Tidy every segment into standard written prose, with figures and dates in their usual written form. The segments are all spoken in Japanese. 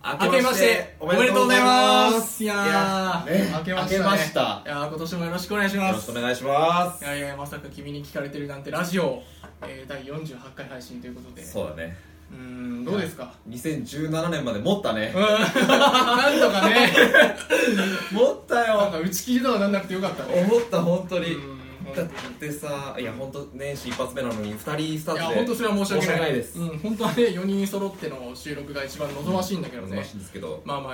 明けましておめでとうございます。いやね、 明けました。いや今年もよろしくお願いします。 よろしくお願いします。 いやまさか君に聞かれてるなんてラジオ、第48回配信ということで。 そうだね。 どうですか。 2017年まで持ったね。 なんとかね。 持ったよ。 なんか打ち切りとかなんなくてよかったね。 思った本当に。だってさ、いや本当年始一発目なのに2人スタートで。 いや本当それは申し訳ないです。 本当はね4人揃っての収録が一番望ましいんだけどね。 望ましいんですけど。 まあ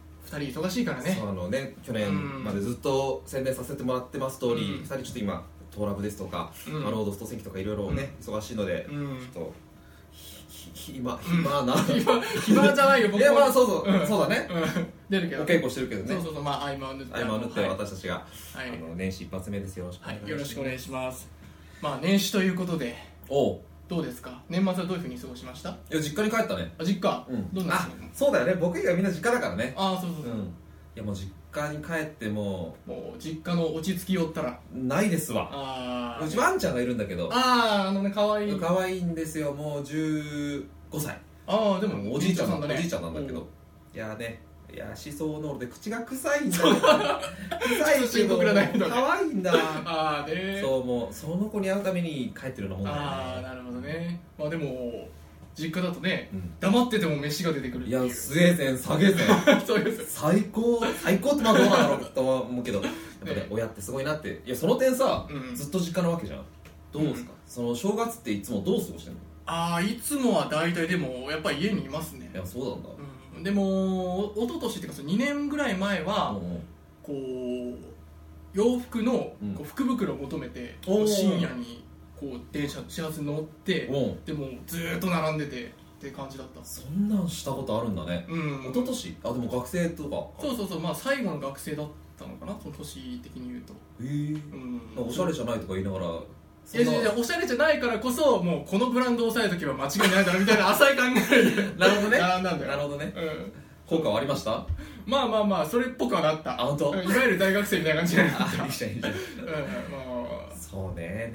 2人忙しいからね。 そうね、去年までずっと宣伝させてもらってます通り、2人ちょっと今トーラブですとか、ロードスト戦記とかいろいろね忙しいので、ちょっと暇じゃないよ僕も。 いやそうだね。 出るけど。 お稽古してるけどね。 そう合間を縫って私たちが年始一発目ですよ。 よろしくお願いします。まあ年始ということで。どうですか。年末はどういう風に過ごしました？ いや実家に帰ったね。 実家。どんな？ そうだよね。僕以外みんな実家だからね。 そう。 いやもう実家に帰ってもう実家の落ち着きよったらないですわ。うちワンちゃんがいるんだけど。 可愛いんですよ。もう15歳。 でもおじいちゃんなんだけど。いやね。いや思想濃度で口が臭いんだよ。臭いけど可愛いんだ。そうもうその子に会うために帰ってるようなもんだよね。 なるほどね。でも実家だとね、黙ってても飯が出てくるっていう。 いやスウェーデン下げ線そうです。 最高ってどうなんだろうとは思うけど、やっぱね親ってすごいなって。いやその点さ、ずっと実家なわけじゃん。どうですか、その正月っていつもどう過ごしてんの？ いつもは大体でもやっぱり家にいますね。 いやそうなんだ。 でも一昨年っていうか2年ぐらい前はこう洋服の福袋を求めて深夜に電車始発に乗ってでもずーっと並んでてって感じだった。 そんなんしたことあるんだね。一昨年でも学生とか。 そう最後の学生だったのかな、その年的に言うと。 おしゃれじゃないとか言いながら。 いやおしゃれじゃないからこそもうこのブランドを押さえとけば間違いないだろみたいな浅い考えでなるほどね。 並んだんだよ。 なるほどね。効果はありました？ まあそれっぽくはなった。 本当？ いわゆる大学生みたいな感じになった。 そうね。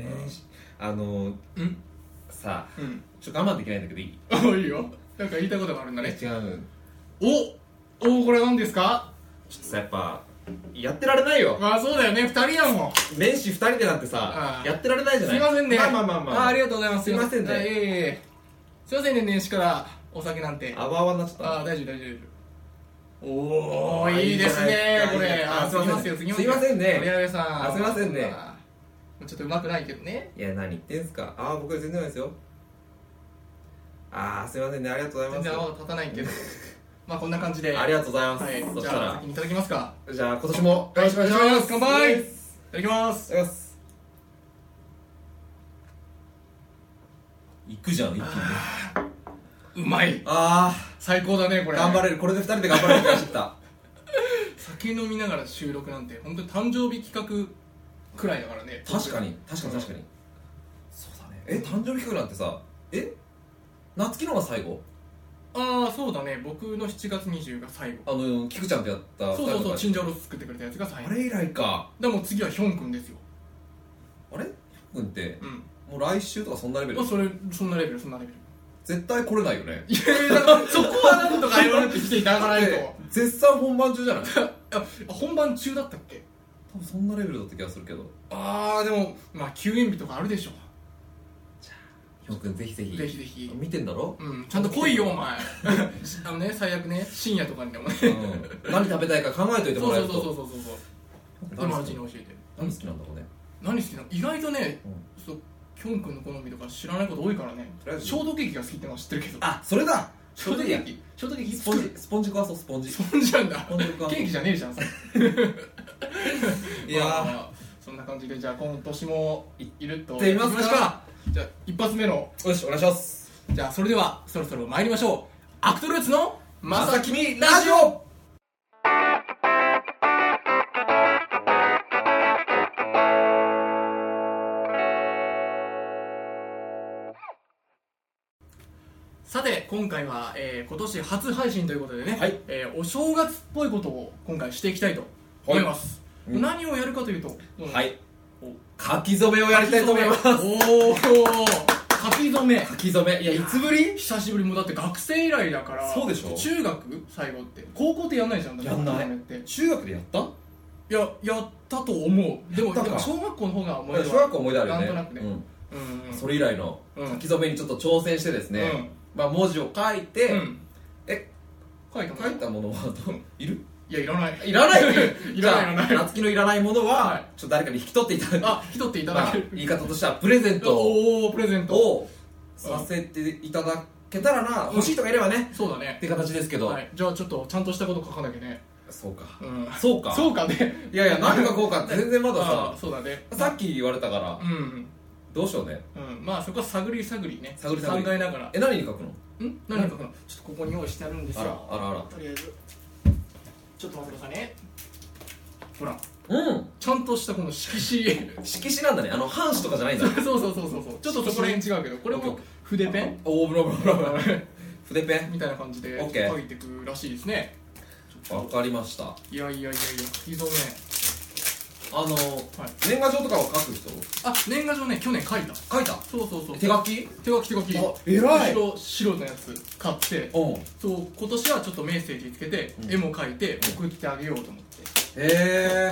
さあちょっと我慢できないんだけどいい？ いいよ。なんか言いたいことがあるんだね。 違う。 これは何ですか？ ちょっとさやっぱやってられないよ。 そうだよね、2人やもん。 年始2人でなんてさやってられないじゃない。 すいませんね。 ありがとうございます。 すいませんね。 すいませんね、年始からお酒なんてあわあわになっちゃった。 大丈夫。いいですねこれ。 すいませんね。 矢部さんすいませんね。 ちょっとうまくないけどね。 いや何言ってんすか。僕全然ないですよ。すいませんね、ありがとうございます。 全然泡立たないけどこんな感じで。 ありがとうございます。 じゃあ先にいただきますか。 じゃあ今年もよろしくお願いします。 乾杯。いただきます。 いくじゃん一気にね。 うまい。最高だねこれ。 頑張れる。これで2人で頑張れる気がしてきた。 酒飲みながら収録なんて本当に誕生日企画くらいだからね。 確かにそうだね。誕生日企画なんてさ夏希のが最後？ そうだね、僕の7月20が最後。キクちゃんとやったそうチンジャオロース作ってくれたやつが最後。 あれ以来か。 でも次はヒョン君ですよ。 あれヒョン君ってもう来週とかそんなレベル？ そんなレベル。 絶対来れないよね。 いやだからそこはなんとか謝ってきていただかないと。 絶賛本番中じゃない？ 本番中だったっけ？ 多分そんなレベルだった気がするけど。 でも休園日とかあるでしょ。 ヒョン君ぜひ見てんだろ？ ちゃんと来いよお前。最悪ね深夜とかにでもね何食べたいか考えといてもらえると。 そう今のうちに教えて。 何好きなんだろうね。 何好きなの？意外とねヒョン君の好みとか知らないこと多いからね。ショートケーキが好きってのは知ってるけど。 それだ。 ショートケーキスポンジ食わそう。スポンジなんだ。ケーキじゃねえじゃん。いやそんな感じでじゃあ今年もいると言いますか。 じゃあ一発目の。 よしお願いします。 じゃあそれではそろそろ参りましょう。アクトルーツのまさきみラジオ。さて今回は、今年初配信ということでね、お正月っぽいことを今回していきたいと思います。何をやるかというと、 書き初めをやりたいと思います。 書書き初め。 書き初め。いや、いつぶり？ 久しぶり。もだって学生以来だから。 そうでしょ。 中学最後って。高校ってやんないじゃん。 やんない。中学でやった？ いや、やったと思う。でも小学校の方が思い出。小学校思い出あるよね。 なんとなくね。 それ以来の書き初めにちょっと挑戦してですね、まあ文字を書いて、書いたものはいる？ いや、いらない。 いらない。 いらない。 夏希のいらないものは、ちょっと誰かに引き取っていただく。 引き取っていただける。 言い方としては、プレゼントをさせていただけたらな。欲しい人がいればね。 そうだね。 って形ですけど。 じゃあちょっとちゃんとしたこと書かなきゃね。 そうか。 そうかね。 いやいや、何書こうかって全然まださ。 そうだね。 さっき言われたから。どうしようね。 まあそこは探りね。考えながら。 何に書くの？ 何に書くの？ちょっとここに用意してあるんですよ。 あら。 とりあえず。ちょっと待ってくださいね。ほら。ちゃんとしたこの色紙。 色紙なんだね。半紙とかじゃないんだ。 そう。ちょっとそこら辺違うけど、これも筆ペン？ 筆ペンみたいな感じで書いていくらしいですね。 わかりました。 いや、書き初め。 年賀状とかは書く人？ 年賀状ね、去年書いた。そう手書き？ 偉い。白のやつ買って、そう今年はちょっとメッセージつけて絵も描いて送ってあげようと思って。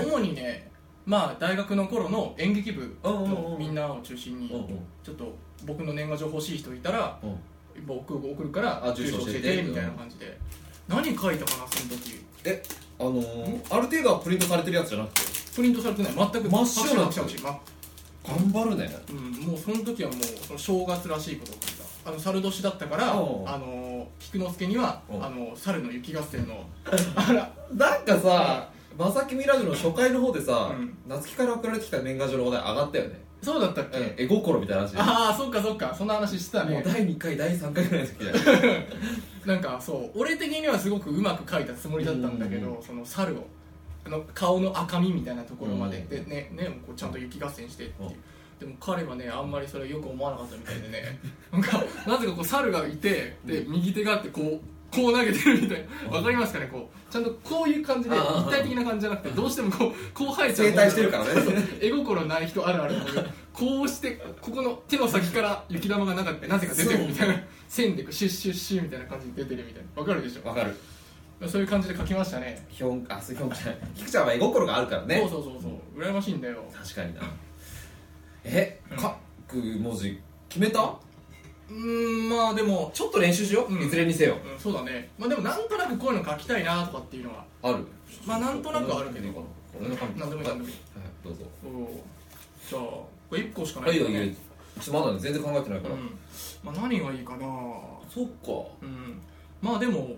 主にね、まあ大学の頃の演劇部のみんなを中心にちょっと僕の年賀状欲しい人いたら僕送るから住所教えてみたいな感じで。何書いたかなその時。 ある程度はプリントされてるやつじゃなくて？ プリントされてない。全く真っ白な頑張るね。 もうその時はもう正月らしいことを書いた。猿年だったから菊之助には猿の雪合戦のなんかさ、まさきみラジオの初回の方でさ、夏希から送られてきた年賀状の話題上がったよね。 そうだったっけ？ 絵心みたいな話。 そっかそんな話してたね。 もう第2回第3回ぐらいの時だよ。 なんかそう俺的にはすごくうまく描いたつもりだったんだけど、その猿を顔の赤みみたいなところまででねこうちゃんと雪合戦してっていう。でも彼はねあんまりそれよく思わなかったみたいでねなぜかこう猿がいてで右手があってこう投げてるみたいな。わかりますかね？こうちゃんとこういう感じで立体的な感じじゃなくてどうしてもこう生えちゃう。 整体してるからね。 絵心ない人あるあるのでこうしてここの手の先から雪玉がなぜか出てるみたいな。線でシュッシュッシュみたいな感じで出てるみたいな。わかるでしょ？ わかる。 そういう感じで書きましたね。 そういう評価じゃない。菊ちゃんは絵心があるからね。 そう羨ましいんだよ。 確かにな。書く文字決めた？ まあでもちょっと練習しよう。いずれにせよ。 そうだね。まあでもなんとなくこういうの書きたいなとかっていうのはある。 まあなんとなくあるけど。なんでもいい。 どうぞ。 じゃあこれ1個しかないからね。 まだね全然考えてないから。 まあ何がいいかな。 そっか。 まあでも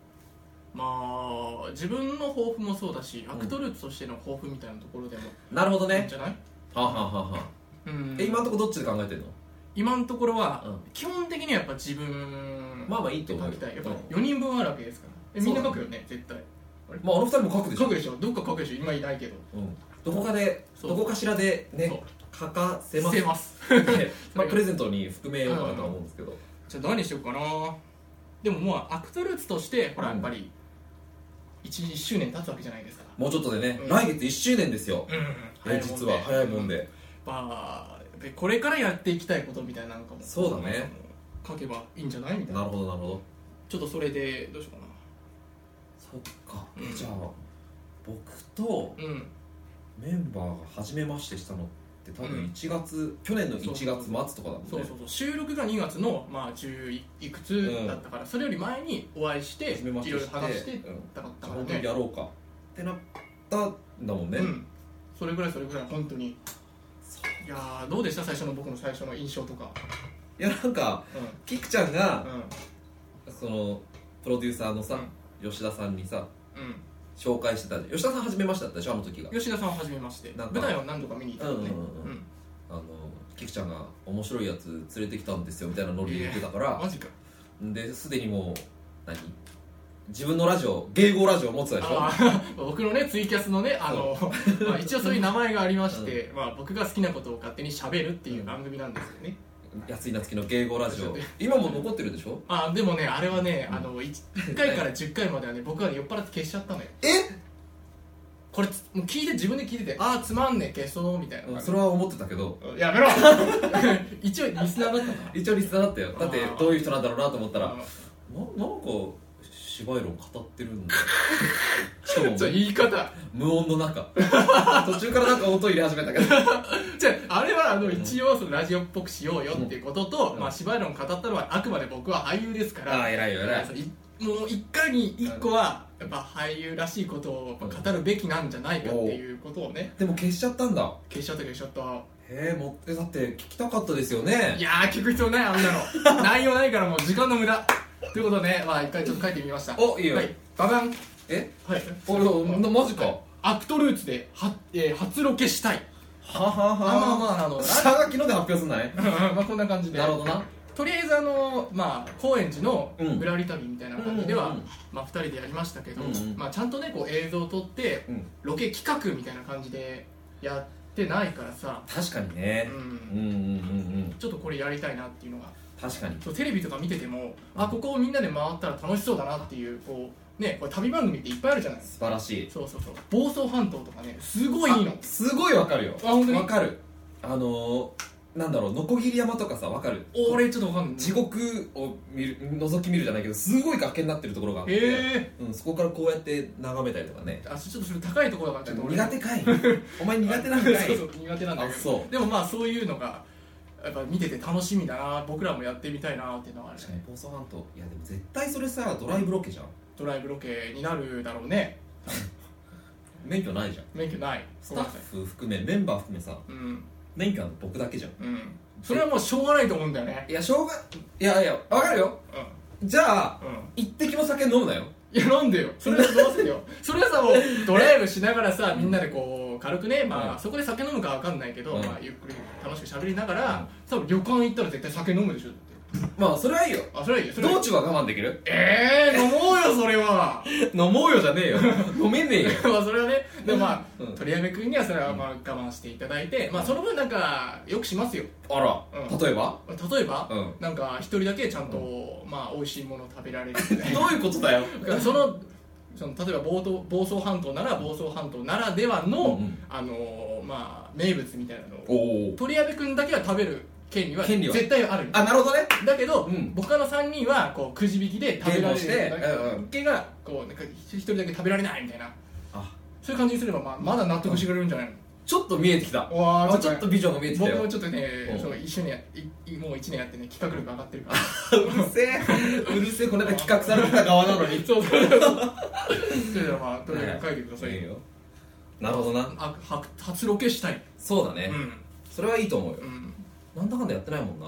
自分の抱負もそうだしアクトルーツとしての抱負みたいなところでもなるほどね。 いいんじゃない？ 今のところどっちで考えてるの？ 今のところは基本的にはやっぱ自分いいと思う。 書きたい。やっぱ4人分あるわけですから。みんな書くよね絶対。 2人も書くでしょ。 書くでしょ。どっか書くでしょ。今いないけどどこかしらでね書かせます。プレゼントに含めようかなと思うんですけど。 じゃあ何しようかな。でももうアクトルーツとしてほらやっぱり1周年経つわけじゃないですか。 もうちょっとでね、来月1周年ですよ。実は早いもんで。 これからやっていきたいことみたいなのかも。 そうだね。 書けばいいんじゃないみたいな。 なるほど。 ちょっとそれでどうしようかな。 そっか。じゃあ僕とメンバーが初めましてしたのって多分1月、去年の1月末とかだもんね。 そう収録が2月の10いくつだったから、それより前にお会いしていろいろ話してたかったからね。 やろうかってなったんだもんね。 それぐらい本当に。いやどうでした僕の最初の印象とか。 いやなんかキクちゃんがそのプロデューサーのさ吉田さんにさ紹介してた。吉田さん初めましてだったでしょ、あの時が。吉田さんは初めまして。舞台は何度か見に行ったのね。キクちゃんが面白いやつ連れてきたんですよみたいなノリで言ってたから。 マジか。 ですでにもう自分のラジオ、芸語ラジオを持つでしょ。 僕のねツイキャスのね一応そういう名前がありまして、僕が好きなことを勝手にしゃべるっていう番組なんですよね。 安井夏樹の芸語ラジオ今も残ってるでしょ。 でもねあれはね1回から10回まではね僕は酔っ払って消しちゃったのよ。 これもう自分で聞いてて、ああつまんねえ消そうみたいな。 それは思ってたけど、 やめろ一応リスナーだったの。 一応リスナーだったよ。だってどういう人なんだろうなと思ったら、なんか芝居論語ってるんだ。しかも言い方無音の中途中からなんか音入れ始めたけどじゃああれは一応そのラジオっぽくしようよっていうことと、まあ芝居論語ったのはあくまで僕は俳優ですから。 偉いよ偉い。 もう一回に一個はやっぱ俳優らしいことを語るべきなんじゃないかっていうことをね。 でも消しちゃったんだ。 消しちゃったへえ、だって聞きたかったですよね。 いやー聞く必要ないあんなの内容ないからもう時間の無駄ということでね、まあ一回ちょっと書いてみました。 お、いいよ。 はい、ババン。はいマジか。 アクトルーツで初ロケしたい。 ははは。下書きので発表すんないまあこんな感じで。 なるほどな。 とりあえずまあ高円寺のぶらり旅みたいな感じではまあ2人でやりましたけど、まあちゃんとねこう映像を撮ってロケ企画みたいな感じでやってないからさ。 確かにね。 ちょっとこれやりたいなっていうのが。 確かに。 テレビとか見てても、あここをみんなで回ったら楽しそうだなっていうこうね、これ旅番組っていっぱいあるじゃない。 素晴らしい。 そう房総半島とかね、すごいいいの。 すごいわかるよ。 あ、本当にわかる。なんだろう、鋸山とかさ、わかる。 俺ちょっとわかんない。 地獄を覗き見るじゃないけど、すごい崖になってるところがあって、そこからこうやって眺めたりとかね。 ちょっとそれ高いところだからちょっと苦手かいお前苦手なんかいそう苦手なんだけど。でもまあそういうのがやっぱ見てて楽しみだな、僕らもやってみたいなっていうのはある。 確かに房総半島、いやでも絶対それさ、ドライブロケじゃん。 ドライブロケになるだろうね。 免許ないじゃん。 免許ない。 スタッフ含めメンバー含めさ、免許は僕だけじゃん。 それはもうしょうがないと思うんだよね。 いやいや分かるよ。じゃあ一滴も酒飲むなよ。 いや飲んでよ。それはどうするよ。それはさ、もうドライブしながらさ、みんなでこう軽くね、まあそこで酒飲むかわかんないけど、まあゆっくり楽しく喋りながら、多分旅館行ったら絶対酒飲むでしょ。 まあそれはいいよ。 それはいいよ。 道中は我慢できる？ 飲もうよそれは。 飲もうよじゃねえよ。飲めねえよ。 まあそれはね。でもまあ鳥谷君にはそれはまあ我慢していただいて、まあその分なんかよくしますよ。 あら。例えばなんか一人だけちゃんとまあ美味しいものを食べられる。 どういうことだよ。 その例えば房総半島なら房総半島ならではのまあ名物みたいなのを鳥谷君だけは食べる権利は絶対ある。 あ、なるほどね。 だけど他の3人はこうくじ引きで食べられるだけがこうなんか一人だけ食べられないみたいな、そういう感じにすればまだ納得してくれるんじゃないの。 ちょっと見えてきた。ちょっとビジョンが見えてきたよ。 僕もちょっとね、一緒にもう1年やってね、企画力上がってるから。 うるせえ、この間企画されてた側なのに。 そうそれではまあとりあえず書いてくださいよ。 なるほどな。 初ロケしたい。 そうだね。それはいいと思うよ。なんだかんだやってないもんな。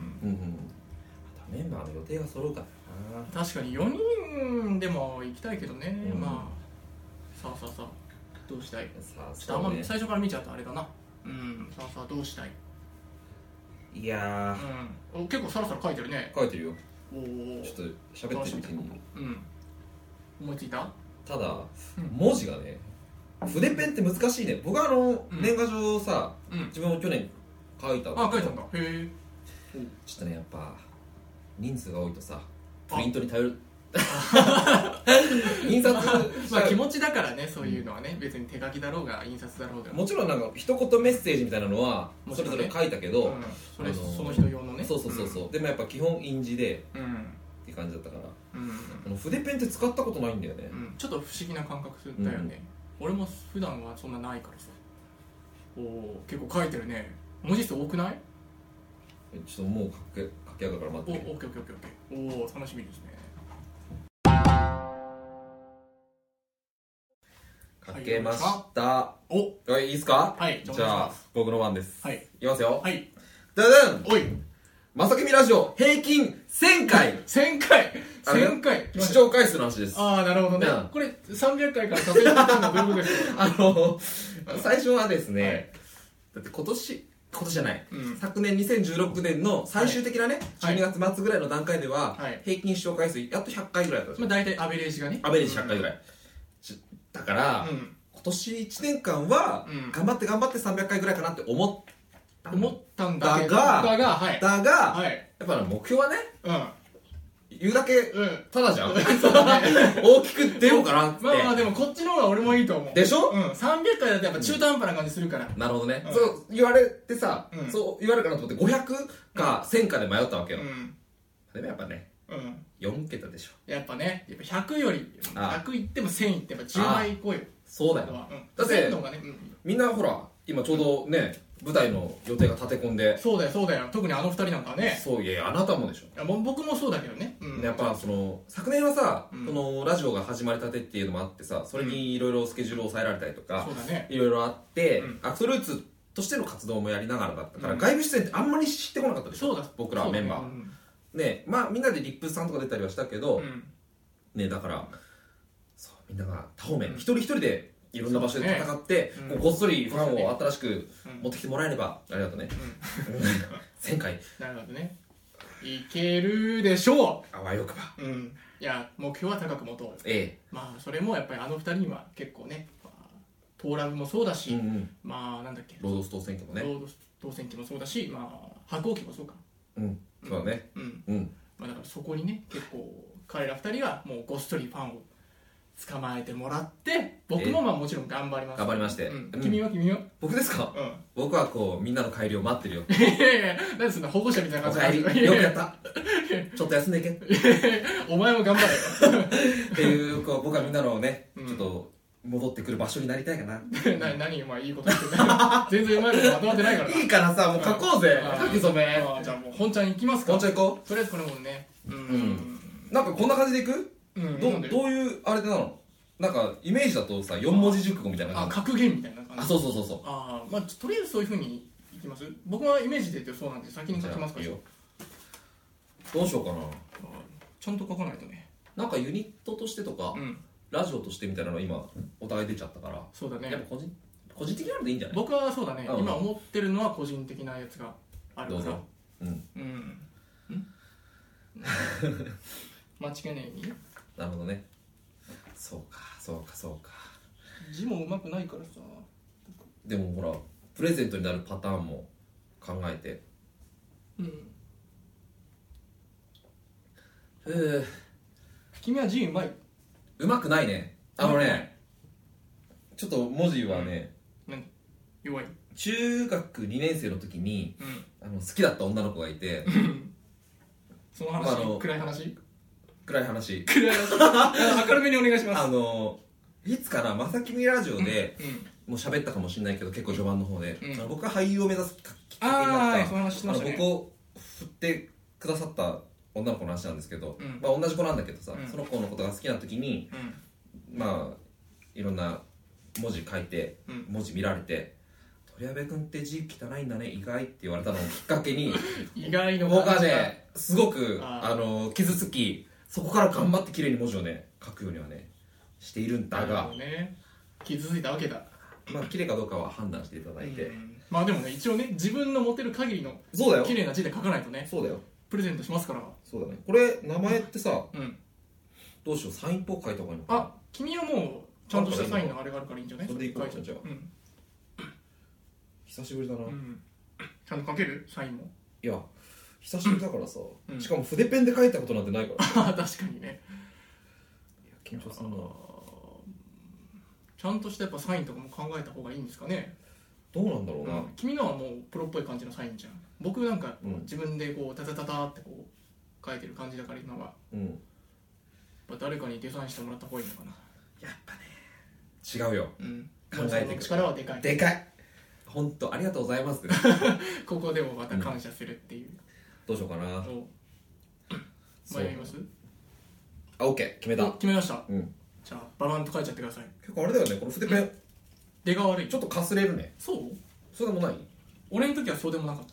メンバーの予定が揃うからな。確かに4人でも行きたいけどね。まあさあどうしたい。ちょっとあんま最初から見ちゃうとあれだな。さあどうしたい。 いや結構さらさら書いてるね。 書いてるよ。ちょっと喋ってるうちに思いついた。 ただ文字がね、筆ペンって難しいね。僕は年賀状さ、自分も去年書いた。 書いたんだ。へえ。 ちょっとね、やっぱ人数が多いとさ、プリントに頼る。印刷まあ気持ちだからね、そういうのはね。別に手書きだろうが印刷だろうが。 もちろんなんか一言メッセージみたいなのはそれぞれ書いたけど、 その人用のね。 そうでもやっぱ基本印字でって感じだったから、筆ペンって使ったことないんだよね。 ちょっと不思議な感覚だよね。俺も普段はそんなないからさ。結構書いてるね。文字数多くない？ ちょっともう書き上がるから待って。 オッケー。楽しみですね。 書けました。いいですか？ はい。 じゃあ僕の番です。 はい。 いきますよ。 はい。 ダダン。まさきみラジオ平均1000回。 1000回視聴回数の話です。 なるほどね。これ300回から数えてたのはどういうことですか？ 最初はですね、だって今年じゃない、昨年2016年の最終的なね、12月末ぐらいの段階では平均視聴回数やっと100回ぐらいだった。 大体アベレージがね、 アベレージ100回ぐらいだから、今年1年間は頑張って300回ぐらいかなって思ったんだが、 やっぱ目標はね、 言うだけただじゃん、大きく出ようかなって。 まあまあでもこっちの方が俺もいいと思う。 でしょ。 300回だとやっぱ中途半端な感じするから。 なるほどね。そう言われてさ、そう言われるかなと思って500か1000かで迷ったわけよ。でもやっぱね、4桁でしょ。 やっぱね、やっぱ100より100いっても1000いってやっぱ10倍いこうよ。 そうだよ。だってみんなほら今ちょうどね、舞台の予定が立て込んで。 そうだよそうだよ。特にあの2人なんかね。 そう、いやあなたもでしょ。 僕もそうだけどね。 やっぱその昨年はさ、このラジオが始まりたてっていうのもあってさ、それにいろいろスケジュールを抑えられたりとかいろいろあって、アクトルーツとしての活動もやりながらだったから、外部出演ってあんまり知ってこなかったでしょ。僕らメンバーね。まあみんなでリップさんとか出たりはしたけどね。だからそう、みんなが多方面一人一人でいろんな場所で戦って、こっそりファンを新しく持ってきてもらえればありがとうね。1000回。 なるほどね。いけるでしょう。 あわよくば。 いや、目標は高く持とう。まあそれもやっぱりあの2人には結構ね、トーラブもそうだし、まあなんだっけ、 ロードストー選挙もね、 ロードストー選挙もそうだし、まあ白鸚記もそうか。 そうだね。 まあだからそこにね、結構彼ら2人はもうごっそりファンを捕まえてもらって、僕もまあもちろん頑張ります。 頑張りまして。 君は僕ですか。僕はこうみんなの帰りを待ってるよ。 いやいや、何でそんな保護者みたいな感じで。 よくやった。ちょっと休んでいけ。 お前も頑張れよ。 っていうこう僕はみんなのね、ちょっと戻ってくる場所になりたいかな。 何お前いいこと言ってない。全然うまいことまとまってないからな。 いいからさ、もう書こうぜ。書き初め。 じゃあもう本ちゃん行きますか。 本ちゃん行こう。 とりあえずこれもね。 なんかこんな感じでいく？どういうあれでなの？なんかイメージだとさ、4文字熟語みたいな感じ。 格言みたいな感じ。 そう。 まあとりあえずそういう風にいきます。僕はイメージで言ってそうなんで先に書きますか。 どうしようかな。 ちゃんと書かないとね。 なんかユニットとしてとか、ラジオとしてみたいなの今お互い出ちゃったから。 そうだね。 やっぱ個人的なのでいいんじゃない？ 僕はそうだね。今思ってるのは個人的なやつがあるから。間違いないように。 なるほどね。そうか。 字もうまくないからさ。 でもほらプレゼントになるパターンも考えて。 君は字うまい？ うまくないね。ちょっと文字はね、 弱い。 中学2年生の時に好きだった女の子がいて、 その話、暗い話明るめにお願いします。 いつかな、まさきみラジオでもう喋ったかもしれないけど、結構序盤の方で僕が俳優を目指すきっかけになった僕を振ってくださった女の子の話なんですけど、同じ子なんだけどさ、その子のことが好きな時にまあいろんな文字書いて文字見られて、鳥矢部君って字汚いんだね意外って言われたのをきっかけに意外の僕はねすごく傷つき、そこから頑張って綺麗に文字をね書くようにはねしているんだが、 傷ついたわけだ。 まあ綺麗かどうかは判断していただいて、 まあでもね、一応ね、自分の持てる限りの綺麗な字で書かないとね、 そうだよ、 プレゼントしますから。 そうだね。これ名前ってさ、どうしよう、サインっぽく書いた方がいいのかな。 君はもうちゃんとしたサインのあれがあるからいいんじゃない？ それでいこう。じゃあ久しぶりだな。 ちゃんと書ける？サインも。 いや久しぶりだからさ、しかも筆ペンで書いたことなんてないから確かにね。 いや緊張するな。 ちゃんとしたやっぱサインとかも考えた方がいいんですかね。 どうなんだろうな。 君のはもうプロっぽい感じのサインじゃん。僕なんか自分でこうタタタタってこう書いてる感じだから今は。やっぱ誰かにデザインしてもらった方がいいのかな。 やっぱね違うよ。 考えていく力はでかい。 でかい。本当ありがとうございます。 ここでもまた感謝するっていう。 どうしようかな。 迷います？ OK 決めた。 決めました。じゃあババンと書いちゃってください。 結構あれだよね、この筆ペン出が悪い。 ちょっとかすれるね。 そうでもない？ 俺の時はそうでもなかった。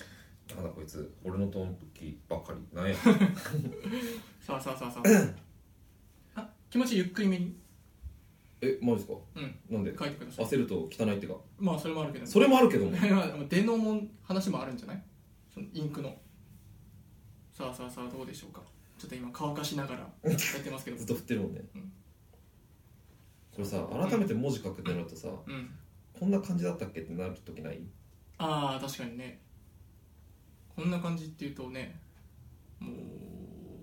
なんだこいつ、俺の時ばっかりなんや。 さあ気持ちゆっくりめに。 マジですか？なんで？ 書いてください。 焦ると汚いってか。 まあそれもあるけど。 それもあるけども。 出の話もあるんじゃない？そのインクの。さあどうでしょうか。ちょっと今乾かしながらやってますけど。 ずっと振ってるもんね。これさ、改めて文字書くってなるとさ、こんな感じだったっけってなる時ない？ 確かにね。こんな感じっていうとね、もう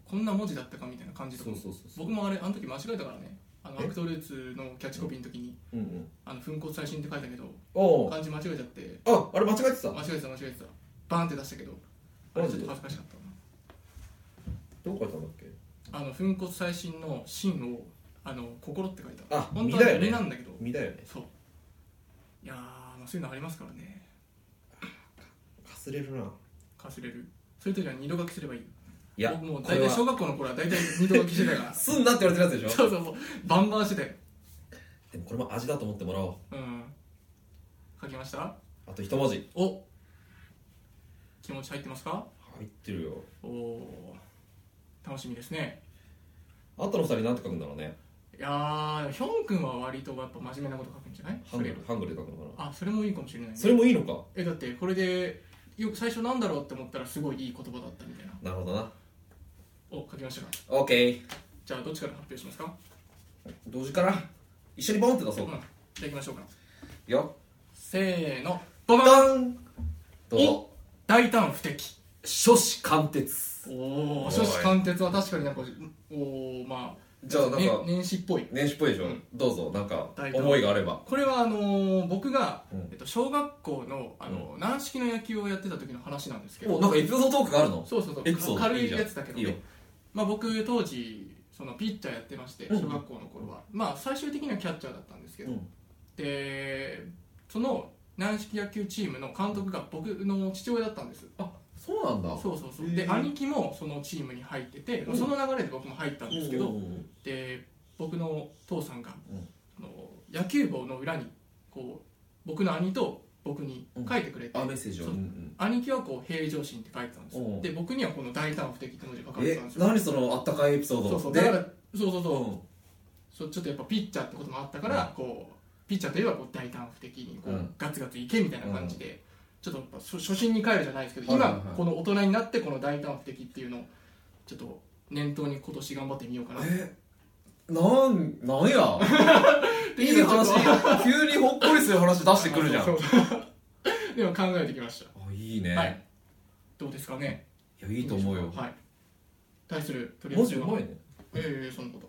こんな文字だったかみたいな感じとか、僕もあの時間違えたからね、アクトルーツのキャッチコピーの時に粉骨最新って書いたけど漢字間違えちゃって、 あれ間違えてた間違えてたバーンって出したけど、あれちょっと恥ずかしかったな。どう書いたんだっけ。 粉骨最新の真を心って書いた。 本当は身なんだけど、 身だよね。 そう、いやー、そういうのありますからね。 かすれるな。 かすれる。そういう時は二度書きすればいい。 いや、 僕もう大体小学校の頃は大体二度書きしてたからすんなって言われてるやつでしょ。 そうバンバンしてたよ。 でもこれも味だと思ってもらおう。 書きました。あと一文字。 お、気持ち入ってますか。 入ってるよ。 お、楽しみですね。 あとの二人なんて書くんだろうね。 いやー、ヒョン君は割とやっぱ真面目なこと書くんじゃない。 ハングルで書くのかな。 それもいいかもしれないね。 それもいいのか。 だってこれでよく最初なんだろうって思ったらすごいいい言葉だったみたいな。 なるほどな。 書きましたか。 オッケー。 じゃあどっちから発表しますか。 同時から一緒にボンって出そうか。 じゃあ行きましょうか。 よ、 せーの、ボバン。どうぞ。 大胆不敵、 初子貫徹。 初子貫徹は確かになんかまあじゃあなんか年始っぽいでしょ。どうぞ、なんか思いがあれば。 これは僕が小学校の軟式の野球をやってた時の話なんですけど、 なんかエピソードトークがあるの。 そう軽いやつだけどね。僕当時そのピッチャーやってまして、小学校の頃はまあ最終的にはキャッチャーだったんですけど、でその軟式野球チームの監督が僕の父親だったんです。 そうなんだ。 そうで、兄貴もそのチームに入ってて、その流れで僕も入ったんですけど、で僕の父さんが野球帽の裏にこう僕の兄と僕に書いてくれて、 メッセージを。 兄貴はこう平常心って書いてたんですよ。で僕にはこの大胆不敵って文字が書かれてたんですよ。 何そのあったかいエピソード。 だからちょっとやっぱピッチャーってこともあったから、こうピッチャーといえばこう大胆不敵にこうガツガツいけみたいな感じで、ちょっと初心に帰るじゃないですけど、今この大人になってこの大胆不敵っていうのをちょっと念頭に今年頑張ってみようかな。 なんやいい話、急にほっこりする話出してくるじゃん。 でも考えてきました。 いいね。 どうですかね。 いや、いいと思うよ。 対する文字うまいね。 そのこと。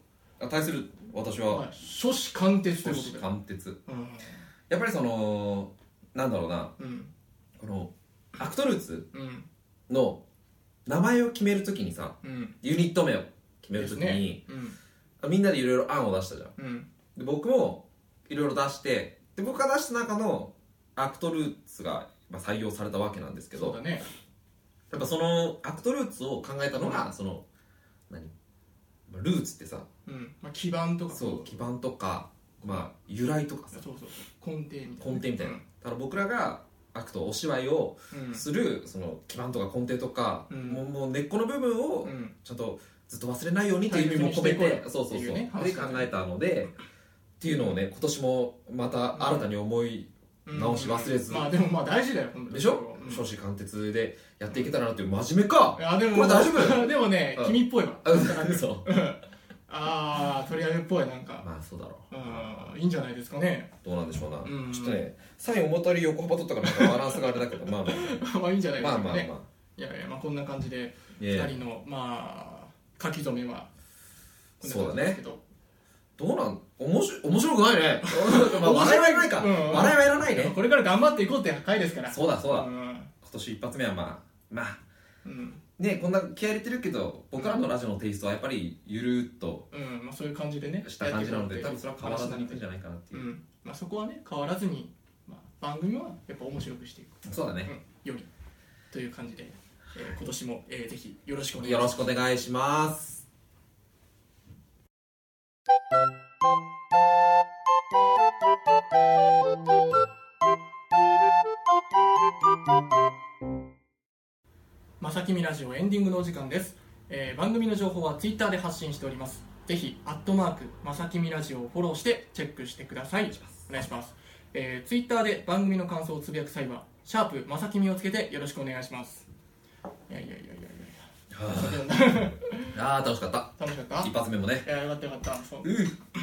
対する私は初子貫徹ということで。 初子貫徹。やっぱりそのなんだろうな、このアクトルーツの名前を決めるときにさ、ユニット名を決めるときにみんなでいろいろ案を出したじゃん。で僕もいろいろ出して、で僕が出した中のアクトルーツが採用されたわけなんですけど、やっぱそのアクトルーツを考えたのがそのルーツってさ、 基盤とか、 基盤とか由来とかさ、 根底みたいな。 ただ僕らがアクトお芝居をするその基盤とか根底とか、もう根っこの部分をちゃんとずっと忘れないようにっていう意味も込めて、で考えたのでっていうのをね、今年もまた新たに思い直し忘れず、 でも大事だよでしょ。初子貫徹でやっていけたらなっていう。真面目か。これ大丈夫。 でもね、君っぽいわ。 そう取り上げっぽい。なんかそうだろう。いいんじゃないですかね。 どうなんでしょうな。ちょっとね、サイン思ったより横幅取ったからなんかバランスがあれだけど、 いいんじゃないですかね。いやこんな感じで2人の書き初めはそうだね。どうなん、面白くないね。笑いはいらないか。笑いはいらないね。 これから頑張っていこうって回ですから。 そうだ。今年一発目はね、こんな気合い入れてるけど、僕らのラジオのテイストはやっぱりゆるっとそういう感じでねした感じなので、多分それは変わらずにいくんじゃないかなっていう。 そこはね、変わらずに番組はやっぱ面白くしていく。 そうだね。 よりという感じで、今年もぜひよろしくお願いします。 まさきみラジオエンディングのお時間です。番組の情報は Twitter で発信しております。ぜひまさきみラジオをフォローしてチェックしてください。お願いします。Twitter で番組の感想をつぶやく際はシャープまさきみをつけてよろしくお願いします。いや楽しかった。一発目もね。 よかったそう。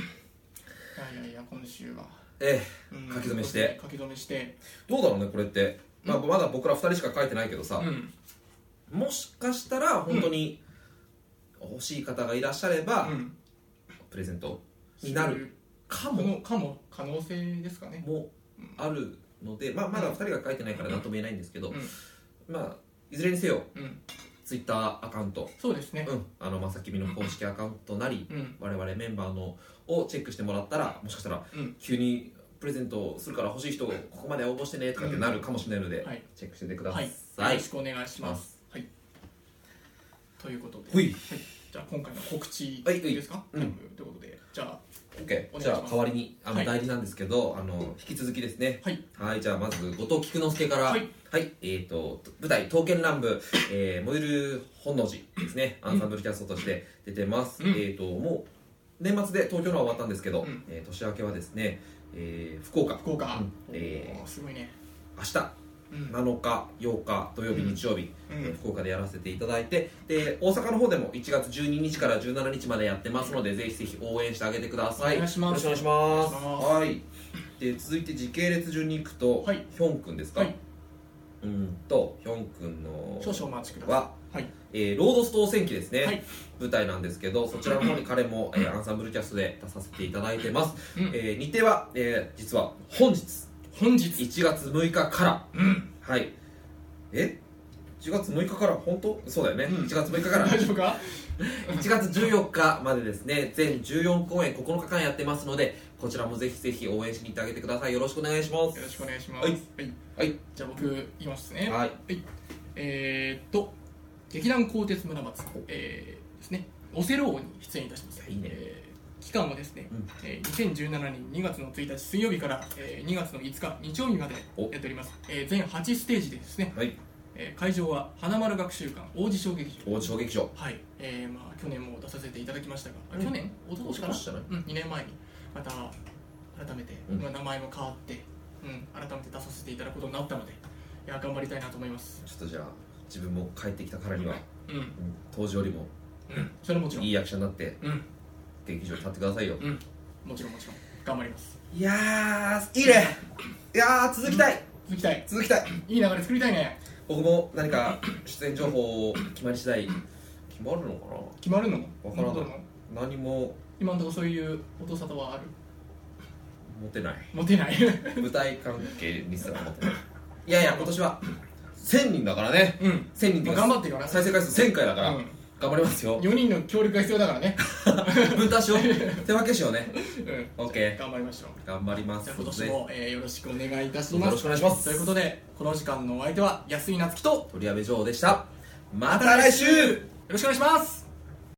今週は書き初めしてどうだろうね、これって。まだ僕ら2人しか書いてないけどさ、もしかしたら本当に欲しい方がいらっしゃれば、プレゼントになるかも可能性ですかねもあるので、まだ2人が書いてないから何とも言えないんですけど、いずれにせよ、ツイッターアカウント、 そうですね、 まさきみの公式アカウントなり、我々メンバーのをチェックしてもらったら、もしかしたら急にプレゼントするから欲しい人ここまで応募してねとかってなるかもしれないので、チェックしててください。よろしくお願いします。ということで、じゃあ今回の告知ですか、ということで、じゃあ OK、じゃあ代わりに代理なんですけど、引き続きですね、じゃあまず後藤菊之助から、舞台「刀剣乱舞、燃える本能寺」ですね、アンサンブルキャストとして出てます。もう年末で東京のは終わったんですけど、年明けはですね、福岡、 すごいね、 明日7日、8日土曜日、日曜日、福岡でやらせていただいて、で大阪の方でも1月12日から17日までやってますので、ぜひぜひ応援してあげてください。 お願いします。 よろしくお願いします。で続いて時系列順にいくと、ヒョン君ですか。ヒョン君の少々お待ちください。 ロードストー戦記ですね、舞台なんですけど、そちらの方に彼もアンサンブルキャストで出させていただいてます。日程は実は本日1月6日から、1月6日から本当そうだよね、1月6日から大丈夫か 1月14日までですね、全14公演9日間やってますので、こちらもぜひぜひ応援しに行ってあげてください。よろしくお願いします。 よろしくお願いします。じゃあ僕言いますね。劇団鋼鉄村松ですね、オセロ王に出演いたします。期間はですね、2017年2月の1日水曜日から2月の5日日曜日までやっております。全8ステージでですね、会場は花丸学習館王子小劇場。去年も出させていただきましたが、去年一昨年かな、2年前にまた改めて、名前も変わって、改めて出させていただくことになったので、頑張りたいなと思います。 ちょっとじゃあ自分も帰ってきたからには、当時よりもそれもちろんいい役者になって、劇場に立ってくださいよ。 もちろん頑張ります。 いやーいいね。いやー続きたい、 いい流れ作りたいね。 僕も何か出演情報決まり次第決まるのかな。 決まるの分からない。何も今のところそういう音沙汰はある？ 持てない舞台関係にすら持てない。いや今年は1000人だからね。1000人って頑張っていかない。 再生回数1000回だから頑張りますよ。 4人の協力が必要だからね。 分担しよう、手分けしようね。 OK、頑張りましょう。 頑張ります。 じゃあ今年もよろしくお願いいたします。 よろしくお願いします。 ということで、この時間のお相手は安井夏樹と鳥矢部城でした。また来週よろしくお願いします。